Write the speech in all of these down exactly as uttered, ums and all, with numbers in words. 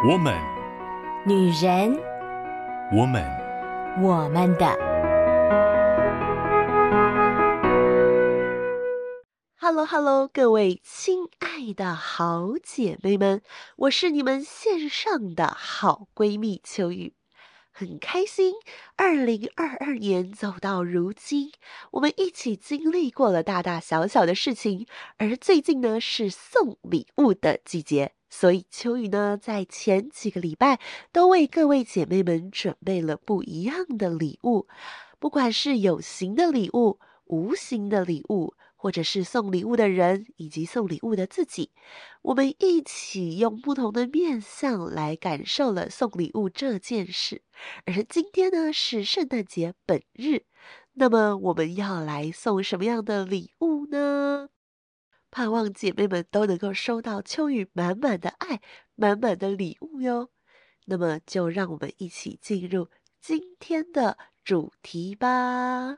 我们， 女人， 我们， 我们的。 Hello Hello， 各位亲爱的好姐妹们，我是你们线上的好闺蜜秋雨。很开心二零二二年走到如今，我们一起经历过了大大小小的事情，而最近呢是送礼物的季节，所以秋雨呢在前几个礼拜都为各位姐妹们准备了不一样的礼物，不管是有形的礼物、无形的礼物，或者是送礼物的人以及送礼物的自己，我们一起用不同的面向来感受了送礼物这件事。而今天呢是圣诞节本日，那么我们要来送什么样的礼物呢？盼望姐妹们都能够收到秋雨满满的爱，满满的礼物哟。那么就让我们一起进入今天的主题吧。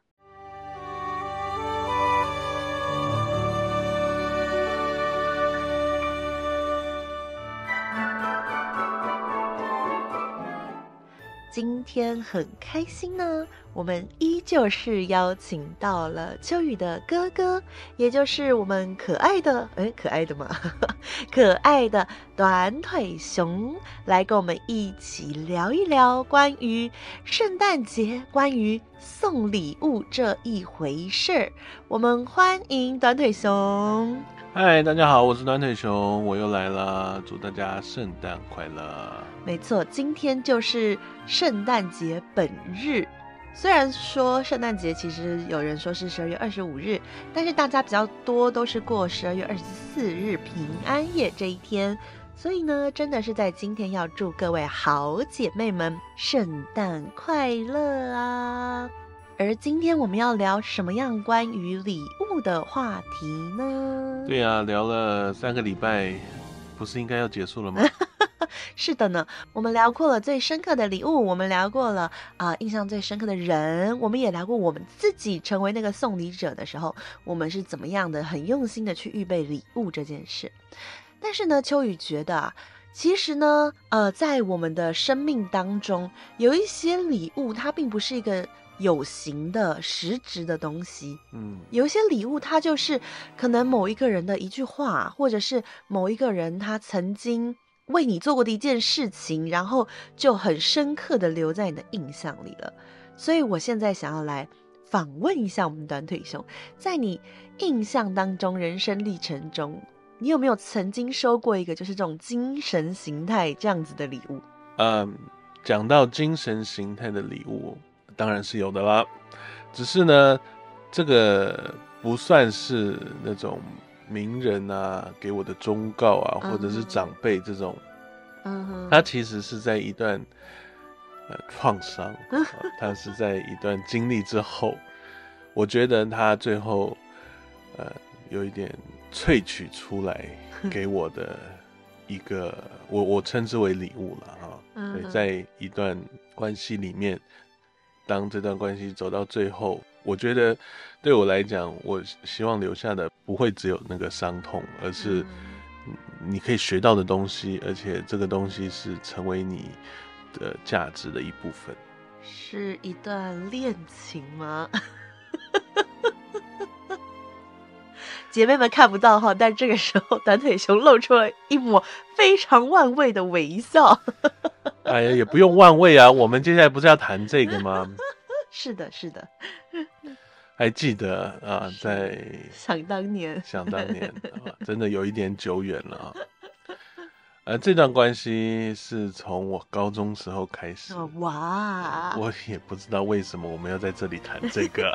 今天很开心呢，我们依旧是邀请到了秋雨的哥哥，也就是我们可爱的诶可爱的嘛可爱的短腿熊，来跟我们一起聊一聊关于圣诞节，关于送礼物这一回事。我们欢迎短腿熊。 嗨，大家好，我是短腿熊，我又来了，祝大家圣诞快乐。 没错，今天就是圣诞节本日。虽然说圣诞节其实有人说是十二月二十五日，但是大家比较多都是过十二月二十四日平安夜这一天，所以呢，真的是在今天要祝各位好姐妹们圣诞快乐啊！而今天我们要聊什么样关于礼物的话题呢？ 对啊，聊了三个礼拜，不是应该要结束了吗？ 是的呢，我们聊过了最深刻的礼物，我们聊过了啊、呃、印象最深刻的人，我们也聊过我们自己成为那个送礼者的时候，我们是怎么样的很用心的去预备礼物这件事。但是呢，秋雨觉得啊，其实呢，呃，在我们的生命当中，有一些礼物它并不是一个有形的实质的东西，嗯，有一些礼物它就是可能某一个人的一句话，或者是某一个人他曾经为你做过的一件事情，然后就很深刻的留在你的印象里了。所以我现在想要来访问一下我们短腿熊，在你印象当中人生历程中，你有没有曾经收过一个就是这种精神形态这样子的礼物？ 嗯，讲到精神形态的礼物当然是有的啦，只是呢这个不算是那种名人啊给我的忠告啊， uh-huh. 或者是长辈这种，嗯哼，它其实是在一段呃创伤，它是在一段经历之后，我觉得它最后呃有一点萃取出来给我的一个我我称之为礼物了哈，对，在一段关系里面，当这段关系走到最后，我觉得对我来讲，我希望留下的不会只有那个伤痛，而是你可以学到的东西，而且这个东西是成为你的价值的一部分。 是一段恋情吗？姐妹们看不到哈，但这个时候短腿熊露出了一抹非常万味的微笑。 哎呀，也不用万味啊，我们接下来不是要谈这个吗？ 是的，是的。 还记得啊，在想当年， 想当年、啊，真的有一点久远了啊。呃，这段关系是从我高中时候开始。 哦、哇！ 我也不知道为什么我们要在这里谈这个。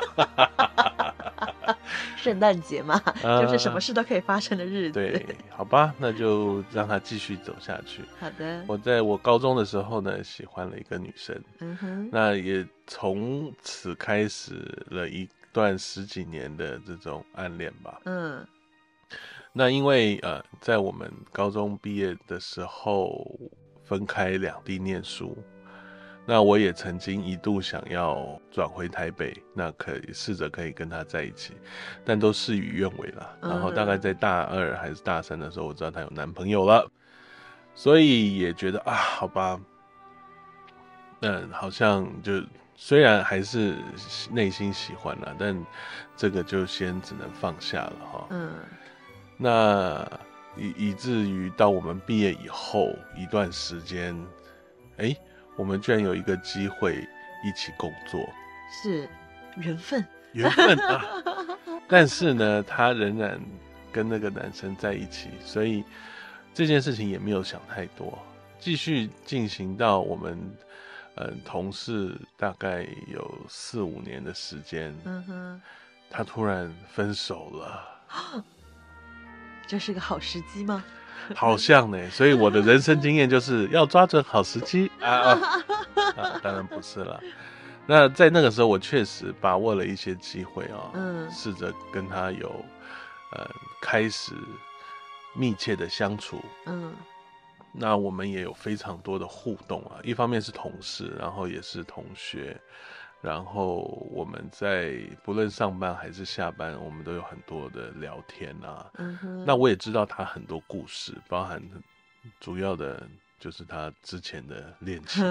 圣诞节嘛、呃，就是什么事都可以发生的日子。 对，好吧，那就让它继续走下去。 好的。 我在我高中的时候呢，喜欢了一个女生， 嗯哼， 那也从此开始了一段十几年的这种暗恋吧。嗯。那因为呃，在我们高中毕业的时候分开两地念书，那我也曾经一度想要转回台北，那可以试着可以跟他在一起，但都事与愿违了。然后大概在大二还是大三的时候，我知道她有男朋友了。 所以也觉得啊，好吧，嗯，好像就虽然还是内心喜欢啦，但这个就先只能放下了哈。 嗯， 那以以至于到我们毕业以后一段时间，哎，我们居然有一个机会一起工作， 是缘分， 缘分啊！但是呢，他仍然跟那个男生在一起，所以这件事情也没有想太多，继续进行到我们嗯同事大概有四五年的时间， 嗯哼， 他突然分手了。 这是个好时机吗？ 好像呢，所以我的人生经验就是要抓准好时机啊啊啊！当然不是了。那在那个时候，我确实把握了一些机会啊、哦， 嗯， 试着跟他有呃开始密切的相处。 嗯， 那我们也有非常多的互动啊，一方面是同事，然后也是同学，然后我们在不论上班还是下班，我们都有很多的聊天啊。 嗯哼， 那我也知道他很多故事，包含主要的就是他之前的恋情。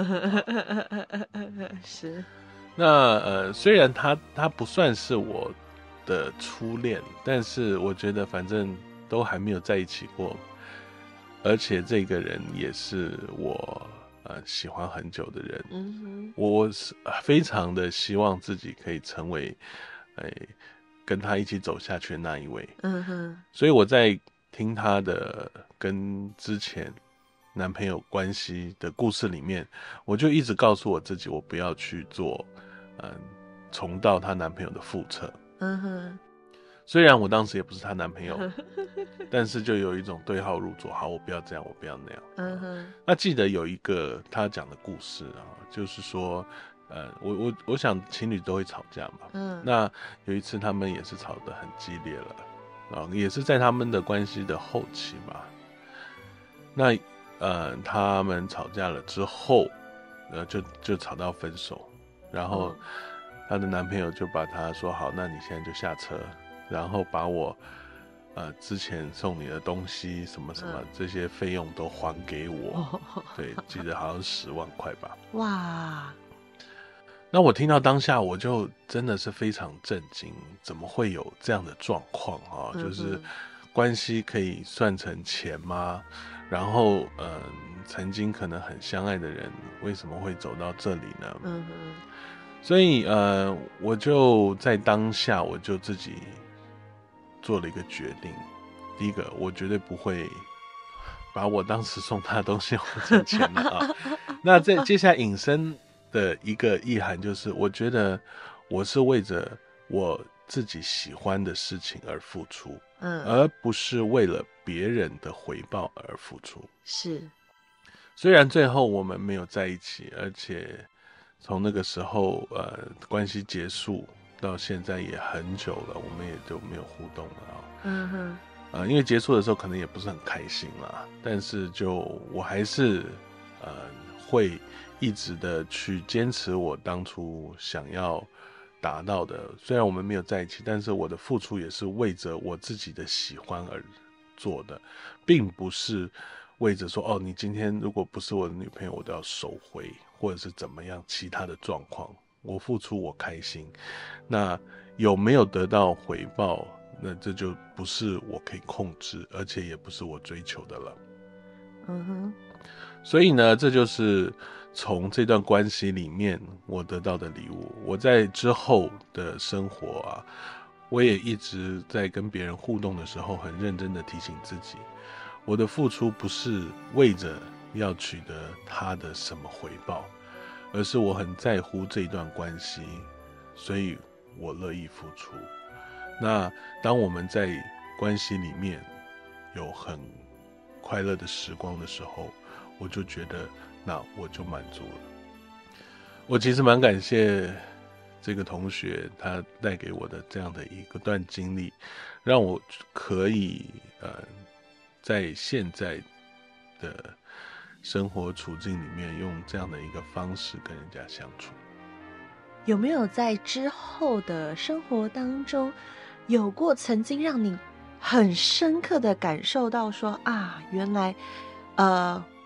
是， 那呃，虽然他他不算是我的初恋，但是我觉得反正都还没有在一起过，而且这个人也是我呃喜欢很久的人。 嗯哼， 我是非常的希望自己可以成为，哎，跟他一起走下去的那一位。 嗯哼， 所以我在听他的跟之前男朋友关系的故事里面，我就一直告诉我自己，我不要去做，嗯，重蹈她男朋友的覆辙。 嗯哼， 虽然我当时也不是她男朋友，但是就有一种对号入座，好，我不要这样，我不要那样。 嗯哼， 那记得有一个他讲的故事啊，就是说，呃，我我我想情侣都会吵架嘛， 嗯， 那有一次他们也是吵得很激烈了，啊，也是在他们的关系的后期吧。那呃，他们吵架了之后，呃，就就吵到分手，然后哦她的男朋友就把她说好，那你现在就下车，然后把我呃之前送你的东西什么什么、 嗯这些费用都还给我， 哦， 对，记得好像十万块吧。 哇， 那我听到当下，我就真的是非常震惊，怎么会有这样的状况啊？ 嗯哼就是关系可以算成钱吗？然后，嗯、呃，曾经可能很相爱的人，为什么会走到这里呢？ 嗯哼， 所以，呃，我就在当下，我就自己做了一个决定。第一个，我绝对不会把我当时送他的东西换成钱的啊。那在接下来引申的一个意涵就是，我觉得我是为着我自己喜欢的事情而付出， 嗯， 而不是为了别人的回报而付出。 是， 虽然最后我们没有在一起，而且从那个时候呃关系结束到现在也很久了，我们也就没有互动了啊、 嗯哼， 呃，因为结束的时候可能也不是很开心啦，但是就我还是呃会一直的去坚持我当初想要达到的。虽然我们没有在一起，但是我的付出也是为着我自己的喜欢而做的，并不是为着说哦，你今天如果不是我的女朋友，我都要收回，或者是怎么样其他的状况。我付出我开心，那有没有得到回报？那这就不是我可以控制，而且也不是我追求的了。 嗯哼， 所以呢，这就是从这段关系里面我得到的礼物。我在之后的生活啊，我也一直在跟别人互动的时候，很认真的提醒自己，我的付出不是为着要取得他的什么回报，而是我很在乎这一段关系，所以我乐意付出。那当我们在关系里面有很快乐的时光的时候，我就觉得那我就满足了。我其实蛮感谢这个同学他带给我的这样的一个段经历，让我可以呃在现在的生活处境里面用这样的一个方式跟人家相处。 有没有在之后的生活当中，有过曾经让你很深刻的感受到说啊，原来，呃，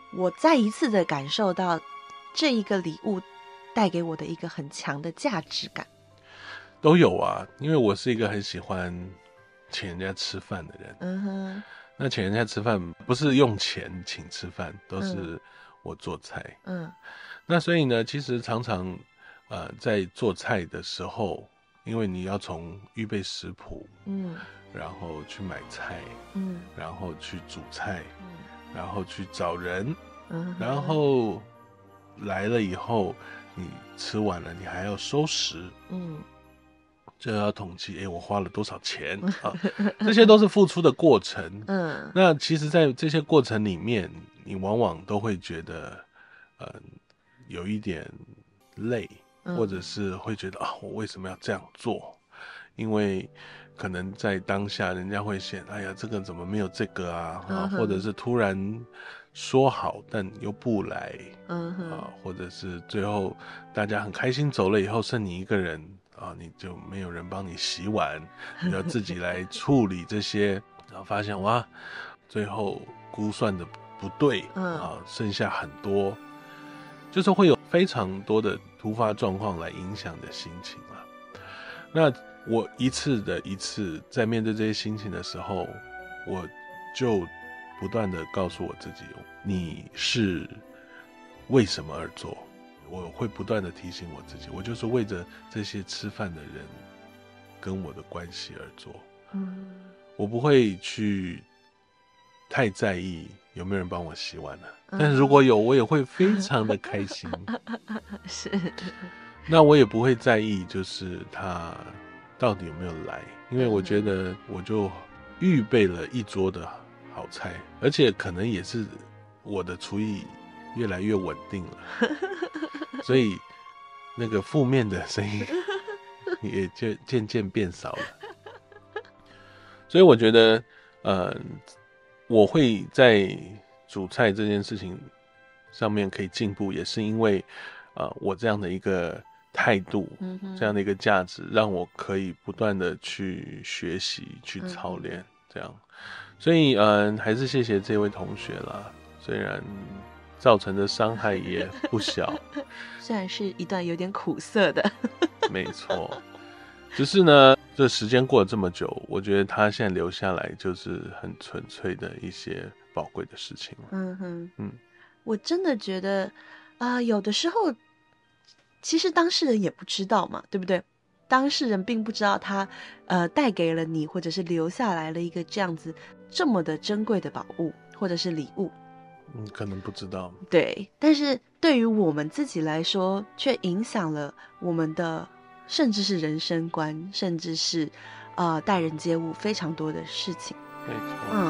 我再一次的感受到这一个礼物带给我的一个很强的价值感。 都有啊，因为我是一个很喜欢请人家吃饭的人。 嗯哼， 那请人家吃饭不是用钱请吃饭，都是我做菜。 嗯， 那所以呢，其实常常呃在做菜的时候，因为你要从预备食谱， 嗯， 然后去买菜， 嗯， 然后去煮菜， 嗯， 然后去找人， 嗯， 然后来了以后，你吃完了，你还要收拾， 嗯， 这要统计，哎，我花了多少钱啊？这些都是付出的过程。 嗯， 那其实，在这些过程里面，你往往都会觉得，呃，有一点累， 嗯或者是会觉得啊，我为什么要这样做？因为可能在当下，人家会嫌，哎呀，这个怎么没有这个啊？啊， 嗯哼或者是突然说好但又不来， 嗯哼， 啊，或者是最后大家很开心走了以后，剩你一个人啊，你就没有人帮你洗碗，你要自己来处理这些，然后发现哇，最后估算的不对， 嗯啊，剩下很多，就是会有非常多的突发状况来影响你的心情啊。那我一次的一次在面对这些心情的时候，我就不断的告诉我自己，你是为什么而做？我会不断的提醒我自己，我就是为着这些吃饭的人跟我的关系而做。 嗯， 我不会去太在意有没有人帮我洗碗了， 嗯但是如果有，我也会非常的开心。 是， 那我也不会在意，就是他到底有没有来，因为我觉得我就预备了一桌的好菜，而且可能也是我的厨艺越来越稳定了，所以那个负面的声音也就渐渐变少了。所以我觉得，呃，我会在煮菜这件事情上面可以进步，也是因为，呃，我这样的一个态度， 嗯哼， 这样的一个价值，让我可以不断的去学习、去操练，这样。所以，嗯、呃，还是谢谢这位同学啦，虽然造成的伤害也不小， 虽然是一段有点苦涩的， 没错。只是呢，这时间过了这么久，我觉得他现在留下来就是很纯粹的一些宝贵的事情了。 嗯哼， 嗯， 我真的觉得啊、呃，有的时候其实当事人也不知道嘛，对不对？当事人并不知道他呃带给了你，或者是留下来了一个这样子这么的珍贵的宝物，或者是礼物。 嗯，可能不知道。 对，但是对于我们自己来说，却影响了我们的，甚至是人生观，甚至是呃待人接物非常多的事情。 没错。 嗯。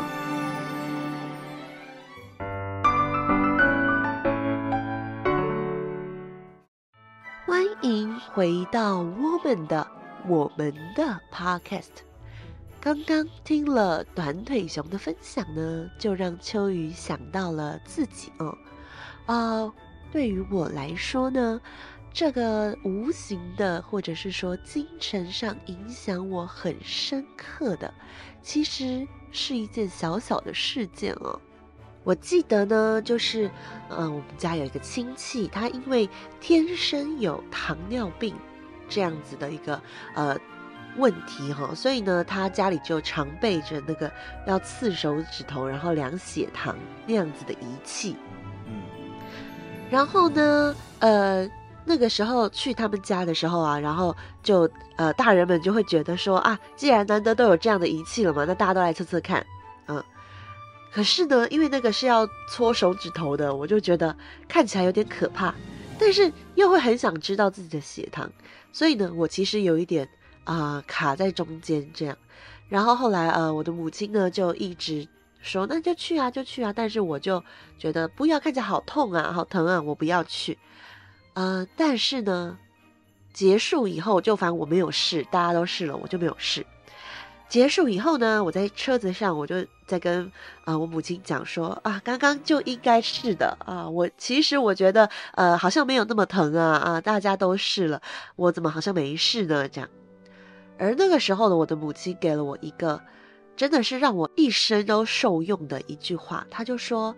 欢迎回到我们的我们的 podcast。刚刚听了短腿熊的分享呢，就让秋雨想到了自己哦。呃，对于我来说呢，这个无形的或者是说精神上影响我很深刻的，其实是一件小小的事件哦。我记得呢，就是呃，我们家有一个亲戚，他因为天生有糖尿病这样子的一个呃问题哈，所以呢，他家里就常备着那个要刺手指头，然后量血糖那样子的仪器。 嗯， 然后呢，呃，那个时候去他们家的时候啊，然后就呃，大人们就会觉得说啊，既然难得都有这样的仪器了嘛，那大家都来测测看，嗯。可是呢，因为那个是要搓手指头的，我就觉得看起来有点可怕，但是又会很想知道自己的血糖，所以呢，我其实有一点啊、呃、卡在中间这样。然后后来呃，我的母亲呢就一直说那就去啊就去啊，但是我就觉得不要，看起来好痛啊好疼啊，我不要去。呃，但是呢，结束以后就反正我没有试，大家都试了，我就没有试。结束以后呢，我在车子上，我就在跟啊、呃、我母亲讲说啊，刚刚就应该是的啊，我其实我觉得呃好像没有那么疼啊啊，大家都试了，我怎么好像没事呢？这样，而那个时候呢，我的母亲给了我一个真的是让我一生都受用的一句话，她就说，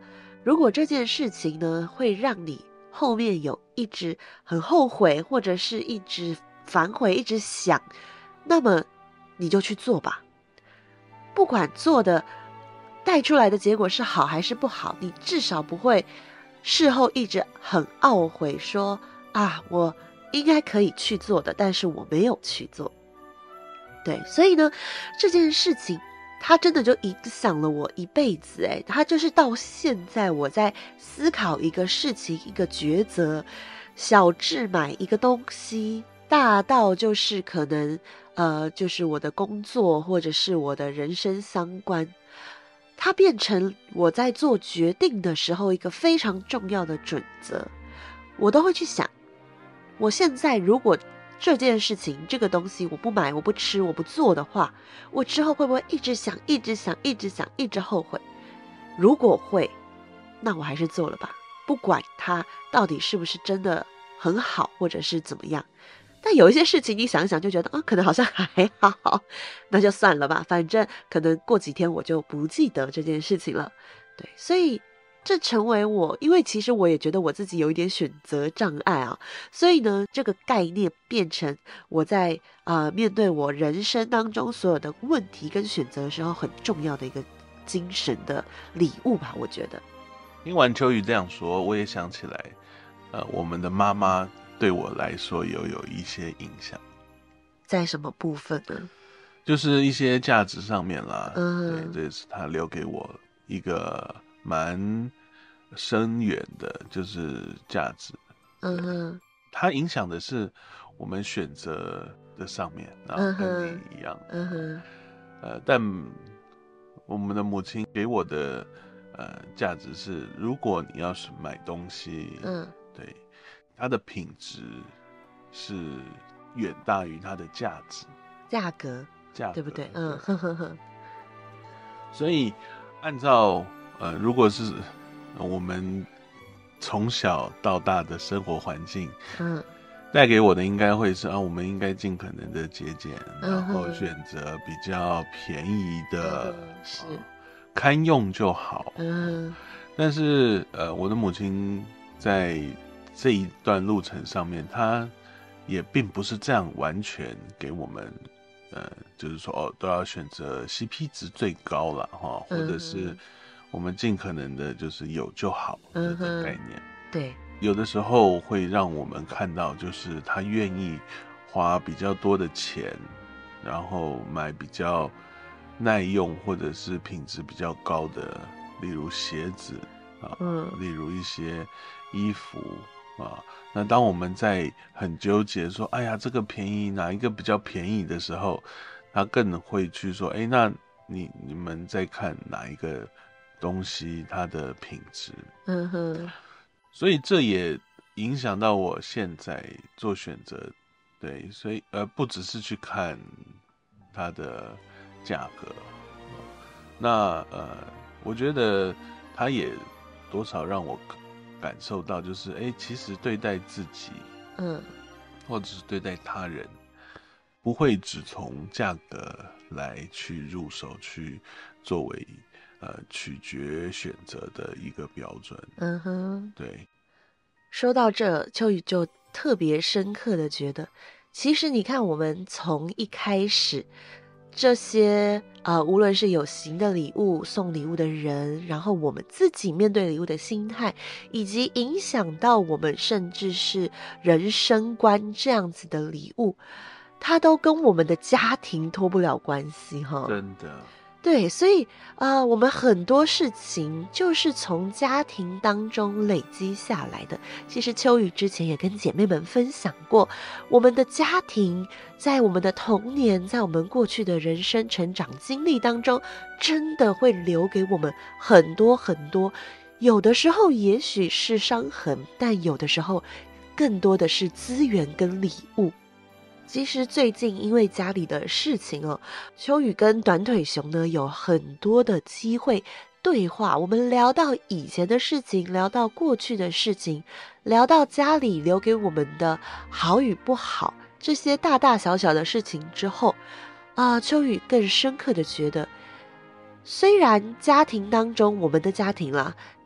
如果这件事情呢会让你后面有一直很后悔，或者是一直反悔，一直想，那么你就去做吧。不管做的带出来的结果是好还是不好，你至少不会事后一直很懊悔说啊，我应该可以去做的，但是我没有去做。对，所以呢，这件事情它真的就影响了我一辈子。诶，它就是到现在我在思考一个事情，一个抉择，小至买一个东西，大到就是可能呃，就是我的工作或者是我的人生相关，它变成我在做决定的时候一个非常重要的准则。我都会去想，我现在如果这件事情这个东西我不买，我不吃，我不做的话，我之后会不会一直想一直想一直想一直后悔？如果会，那我还是做了吧，不管它到底是不是真的很好或者是怎么样。但有一些事情你想想就觉得啊，可能好像还好，那就算了吧，反正可能过几天我就不记得这件事情了。对，所以这成为我，因为其实我也觉得我自己有一点选择障碍啊，所以呢，这个概念变成我在呃面对我人生当中所有的问题跟选择的时候很重要的一个精神的礼物吧，我觉得。 听完秋雨这样说，我也想起来，呃，我们的妈妈对我来说有有一些影响。 在什么部分呢？ 就是一些价值上面啦， 嗯， 对，这是他留给我一个蛮深远的，就是价值。 嗯哼， 它影响的是我们选择的上面，然后跟你一样， 嗯哼， 呃，但我们的母亲给我的呃价值是，如果你要是买东西， 嗯， 对，它的品质是远大于它的价值， 价格， 价格对不对？嗯，呵呵呵。 所以按照呃，如果是我们从小到大的生活环境， 嗯， 带给我的应该会是啊，我们应该尽可能的节俭， 嗯然后选择比较便宜的， 嗯是呃堪用就好。 嗯但是呃，我的母亲在这一段路程上面，她也并不是这样完全给我们，呃，就是说哦，都要选择 C P 值最高了哈，或者是我们尽可能的就是有就好这种概念。 对， 有的时候会让我们看到，就是他愿意花比较多的钱，然后买比较耐用或者是品质比较高的，例如鞋子啊， 嗯例如一些衣服啊。那当我们在很纠结说，哎呀，这个便宜，哪一个比较便宜的时候，他更会去说，哎，那你你们在看哪一个东西它的品质？ 嗯哼， 所以这也影响到我现在做选择，对，所以呃不只是去看它的价格，那呃我觉得它也多少让我感受到，就是哎，其实对待自己， 嗯或者是对待他人，不会只从价格来去入手，去作为呃取决选择的一个标准。 嗯哼。 对， 说到这，秋雨就特别深刻的觉得，其实你看，我们从一开始这些呃，无论是有形的礼物、送礼物的人，然后我们自己面对礼物的心态，以及影响到我们甚至是人生观这样子的礼物，它都跟我们的家庭脱不了关系哈。 真的。 对，所以啊、呃我们很多事情就是从家庭当中累积下来的。其实秋雨之前也跟姐妹们分享过，我们的家庭在我们的童年，在我们过去的人生成长经历当中，真的会留给我们很多很多。有的时候也许是伤痕，但有的时候更多的是资源跟礼物。其实最近因为家里的事情哦，秋雨跟短腿熊呢有很多的机会对话，我们聊到以前的事情，聊到过去的事情，聊到家里留给我们的好与不好，这些大大小小的事情之后，啊，秋雨更深刻的觉得，虽然家庭当中我们的家庭啦，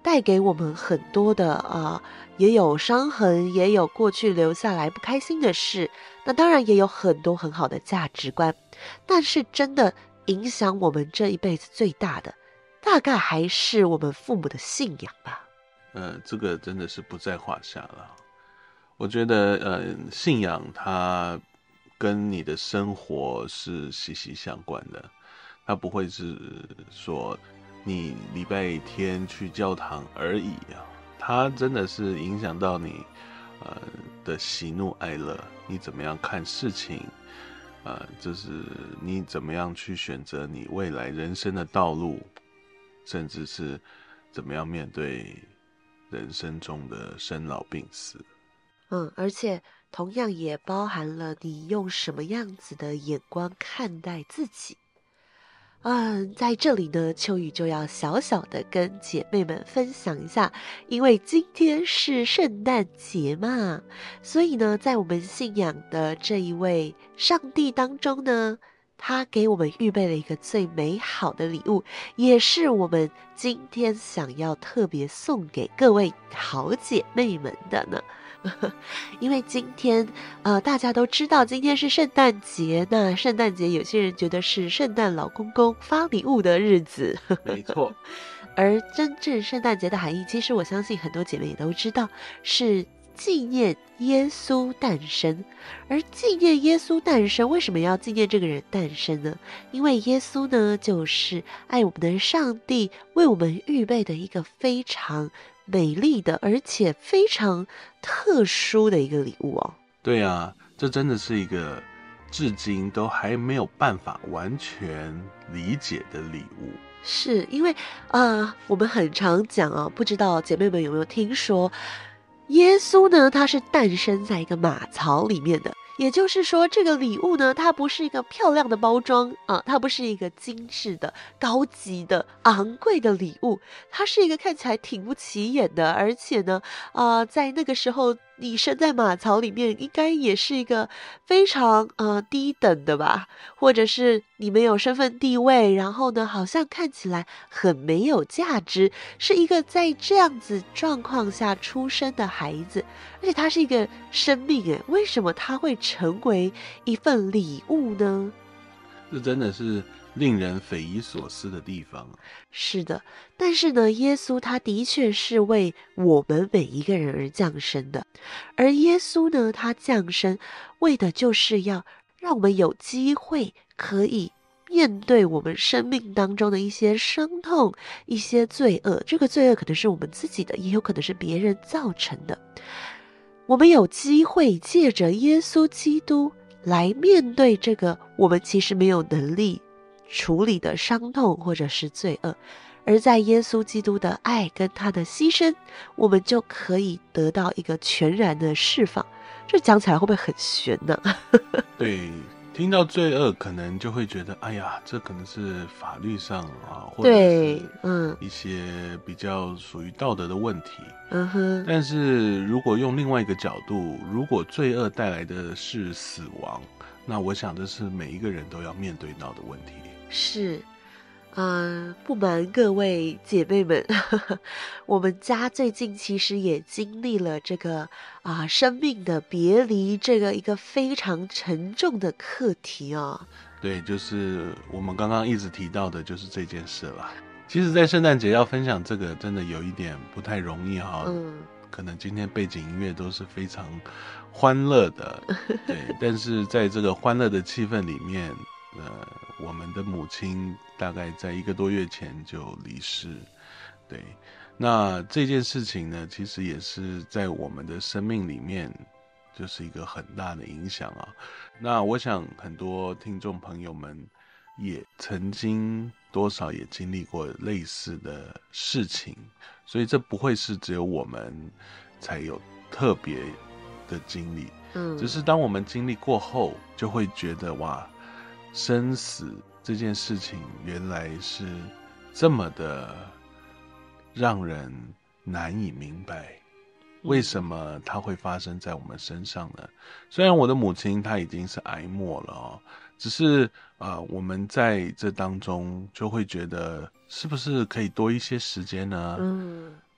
带给我们很多的啊、呃，也有伤痕，也有过去留下来不开心的事，那当然也有很多很好的价值观，但是真的影响我们这一辈子最大的，大概还是我们父母的信仰吧。 呃，这个真的是不在话下了。我觉得，呃，信仰它跟你的生活是息息相关的，它不会是说你礼拜天去教堂而已啊，它真的是影响到你呃的喜怒哀乐，你怎么样看事情，呃，就是你怎么样去选择你未来人生的道路，甚至是怎么样面对人生中的生老病死。 嗯，而且同样也包含了你用什么样子的眼光看待自己。嗯，在这里呢，秋雨就要小小的跟姐妹们分享一下，因为今天是圣诞节嘛，所以呢，在我们信仰的这一位上帝当中呢，他给我们预备了一个最美好的礼物，也是我们今天想要特别送给各位好姐妹们的呢。因为今天呃大家都知道今天是圣诞节，那圣诞节有些人觉得是圣诞老公公发礼物的日子， 没错。 而真正圣诞节的含义，其实我相信很多姐妹也都知道，是纪念耶稣诞生。而纪念耶稣诞生，为什么要纪念这个人诞生呢？因为耶稣呢，就是爱我们的上帝为我们预备的一个非常美丽的，而且非常特殊的一个礼物哦。 对啊，这真的是一个至今都还没有办法完全理解的礼物。 是因为呃，我们很常讲啊，不知道姐妹们有没有听说，耶稣呢，他是诞生在一个马槽里面的。也就是说，这个礼物呢，它不是一个漂亮的包装啊，它不是一个精致的、高级的、昂贵的礼物，它是一个看起来挺不起眼的，而且呢，啊、呃，在那个时候你身在马槽里面，应该也是一个非常呃低等的吧，或者是你没有身份地位，然后呢，好像看起来很没有价值，是一个在这样子状况下出生的孩子，而且他是一个生命诶，为什么他会成为一份礼物呢？ 这真的是令人匪夷所思的地方。 是的，但是呢，耶稣他的确是为我们每一个人而降生的，而耶稣呢，他降生为的就是要让我们有机会可以面对我们生命当中的一些伤痛、一些罪恶，这个罪恶可能是我们自己的，也有可能是别人造成的。我们有机会借着耶稣基督来面对这个我们其实没有能力处理的伤痛或者是罪恶，而在耶稣基督的爱跟他的牺牲，我们就可以得到一个全然的释放。这讲起来会不会很玄呢？ 对，听到罪恶可能就会觉得，哎呀，这可能是法律上啊，或者是嗯一些比较属于道德的问题。嗯哼。但是如果用另外一个角度，如果罪恶带来的是死亡，那我想这是每一个人都要面对到的问题。 是。嗯、呃，不瞒各位姐妹们，呵呵，我们家最近其实也经历了这个啊、呃、生命的别离，这个一个非常沉重的课题啊、哦。 对，就是我们刚刚一直提到的，就是这件事了。其实，在圣诞节要分享这个，真的有一点不太容易哈、哦。嗯，可能今天背景音乐都是非常欢乐的，对，但是在这个欢乐的气氛里面。呃，我们的母亲大概在一个多月前就离世，对，那这件事情呢，其实也是在我们的生命里面，就是一个很大的影响啊。那我想很多听众朋友们也曾经多少也经历过类似的事情，所以这不会是只有我们才有特别的经历，嗯，只是当我们经历过后，就会觉得哇。生死这件事情原来是这么的让人难以明白，为什么它会发生在我们身上呢？虽然我的母亲她已经是癌末了哦，只是啊、呃，我们在这当中就会觉得是不是可以多一些时间呢？嗯，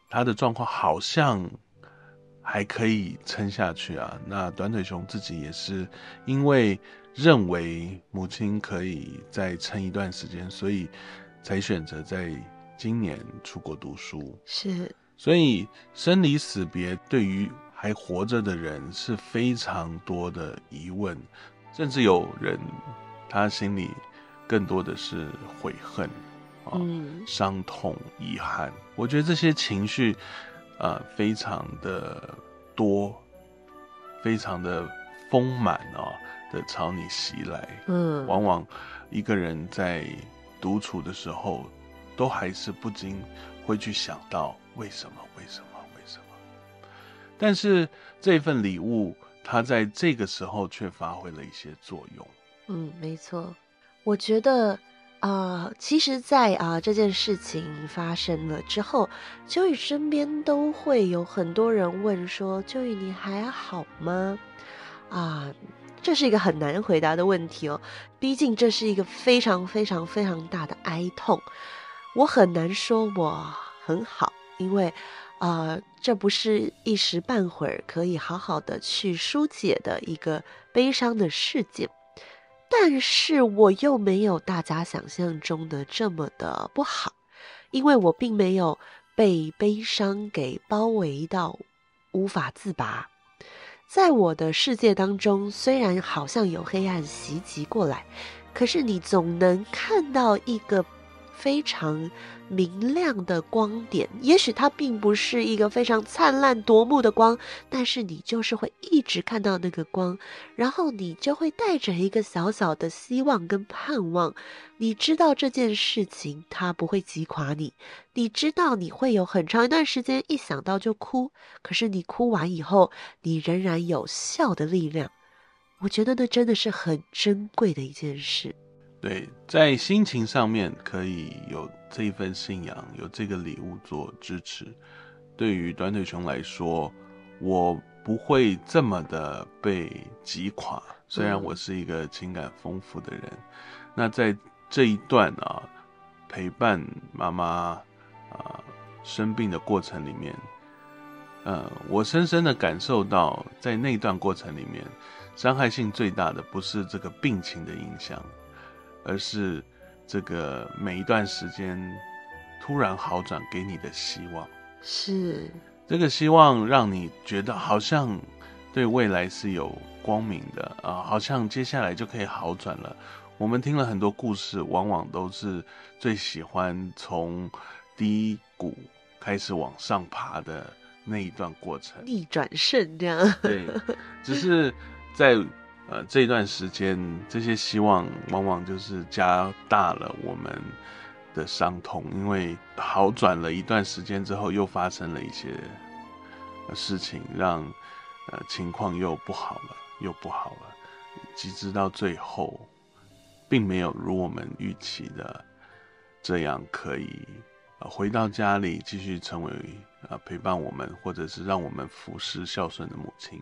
他的状况好像还可以撑下去啊。那短腿熊自己也是因为认为母亲可以再撑一段时间，所以才选择在今年出国读书。 是， 所以生离死别对于还活着的人是非常多的疑问，甚至有人他心里更多的是悔恨、哦、嗯，伤痛、遗憾。我觉得这些情绪呃非常的多，非常的丰满哦的朝你袭来。嗯，往往一个人在独处的时候，都还是不禁会去想到为什么，为什么，为什么。但是这份礼物，它在这个时候却发挥了一些作用。 嗯，没错。我觉得啊、呃，其实在啊、呃、这件事情发生了之后，Joey身边都会有很多人问说：“Joey，你还好吗？”啊、呃，这是一个很难回答的问题哦，毕竟这是一个非常非常非常大的哀痛。我很难说我很好，因为呃，这不是一时半会儿可以好好的去疏解的一个悲伤的事件。但是我又没有大家想象中的这么的不好，因为我并没有被悲伤给包围到无法自拔。在我的世界当中，虽然好像有黑暗袭击过来，可是你总能看到一个非常明亮的光点，也许它并不是一个非常灿烂夺目的光，但是你就是会一直看到那个光，然后你就会带着一个小小的希望跟盼望。你知道这件事情它不会击垮你，你知道你会有很长一段时间一想到就哭，可是你哭完以后，你仍然有笑的力量。我觉得那真的是很珍贵的一件事。 对，在心情上面可以有这一份信仰，有这个礼物做支持。对于短腿熊来说，我不会这么的被击垮，虽然我是一个情感丰富的人。嗯、那在这一段啊，陪伴妈妈啊生病的过程里面，呃，我深深的感受到，在那段过程里面，伤害性最大的不是这个病情的影响，而是这个每一段时间突然好转给你的希望。 是这个希望让你觉得好像对未来是有光明的啊，好像接下来就可以好转了。我们听了很多故事，往往都是最喜欢从低谷开始往上爬的那一段过程， 逆转胜这样。 对，只是在呃，这一段时间，这些希望往往就是加大了我们的伤痛，因为好转了一段时间之后，又发生了一些事情，让呃情况又不好了，又不好了，直至到最后，并没有如我们预期的这样可以呃回到家里继续成为呃陪伴我们，或者是让我们服侍孝顺的母亲。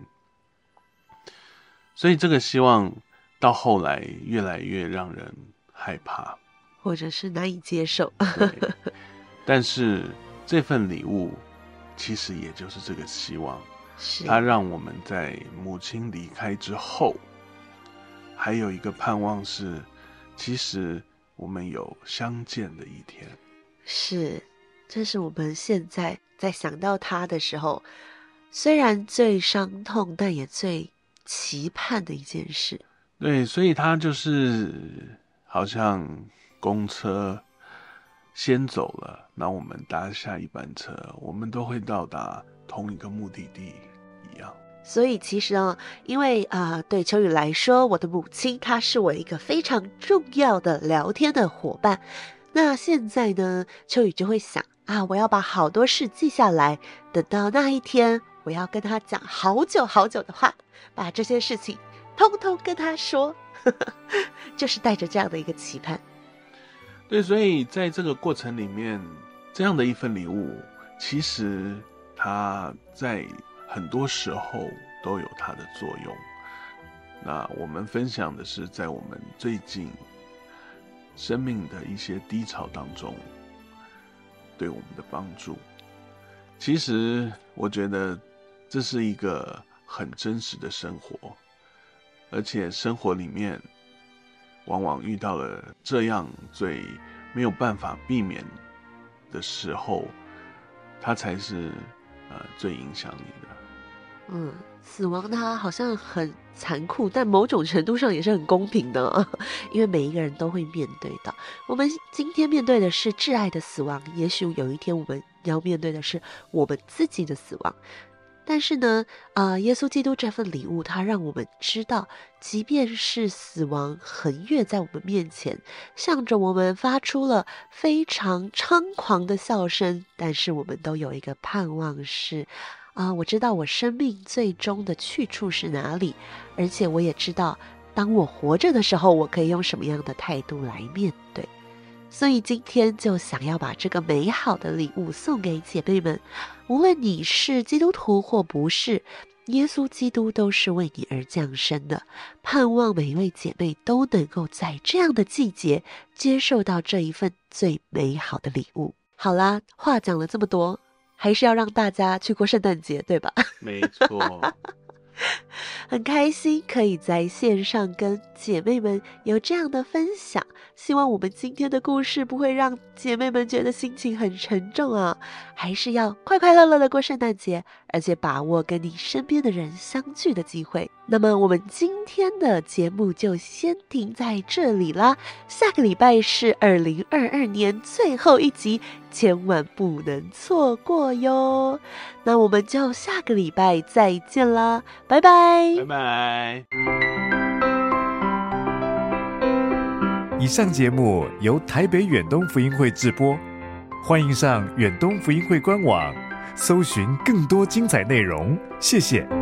所以这个希望到后来越来越让人害怕， 或者是难以接受。 对，但是这份礼物其实也就是这个希望，它让我们在母亲离开之后，还有一个盼望是，其实我们有相见的一天。 是，这是我们现在在想到他的时候，虽然最伤痛，但也最期盼的一件事。 对，所以他就是好像公车先走了，那我们搭下一班车，我们都会到达同一个目的地一样。 所以其实啊，因为啊、呃，对秋雨来说，我的母亲她是我一个非常重要的聊天的伙伴。那现在呢，秋雨就会想啊，我要把好多事记下来，等到那一天，我要跟他讲好久好久的话，把这些事情通通跟他说，就是带着这样的一个期盼。 对，所以在这个过程里面，这样的一份礼物，其实它在很多时候都有它的作用。那我们分享的是在我们最近生命的一些低潮当中对我们的帮助。 其实我觉得这是一个很真实的生活，而且生活里面往往遇到了这样最没有办法避免的时候，它才是呃最影响你的。 嗯，死亡它好像很残酷，但某种程度上也是很公平的啊，因为每一个人都会面对到。我们今天面对的是挚爱的死亡，也许有一天我们要面对的是我们自己的死亡。但是呢，呃，耶稣基督这份礼物，它让我们知道，即便是死亡横越在我们面前，向着我们发出了非常猖狂的笑声，但是我们都有一个盼望是，啊、呃，我知道我生命最终的去处是哪里，而且我也知道，当我活着的时候，我可以用什么样的态度来面对。所以今天就想要把这个美好的礼物送给姐妹们，无论你是基督徒或不是，耶稣基督都是为你而降生的，盼望每一位姐妹都能够在这样的季节接受到这一份最美好的礼物。好啦，话讲了这么多，还是要让大家去过圣诞节，对吧？ 没错。 很开心可以在线上跟姐妹们有这样的分享，希望我们今天的故事不会让姐妹们觉得心情很沉重啊，还是要快快乐乐的过圣诞节，而且把握跟你身边的人相聚的机会。那么我们今天的节目就先停在这里啦，下个礼拜是二零二二年最后一集，千万不能错过哟。那我们就下个礼拜再见啦，拜拜拜拜。 以上节目由台北远东福音会制播，欢迎上远东福音会官网搜寻更多精彩内容，谢谢。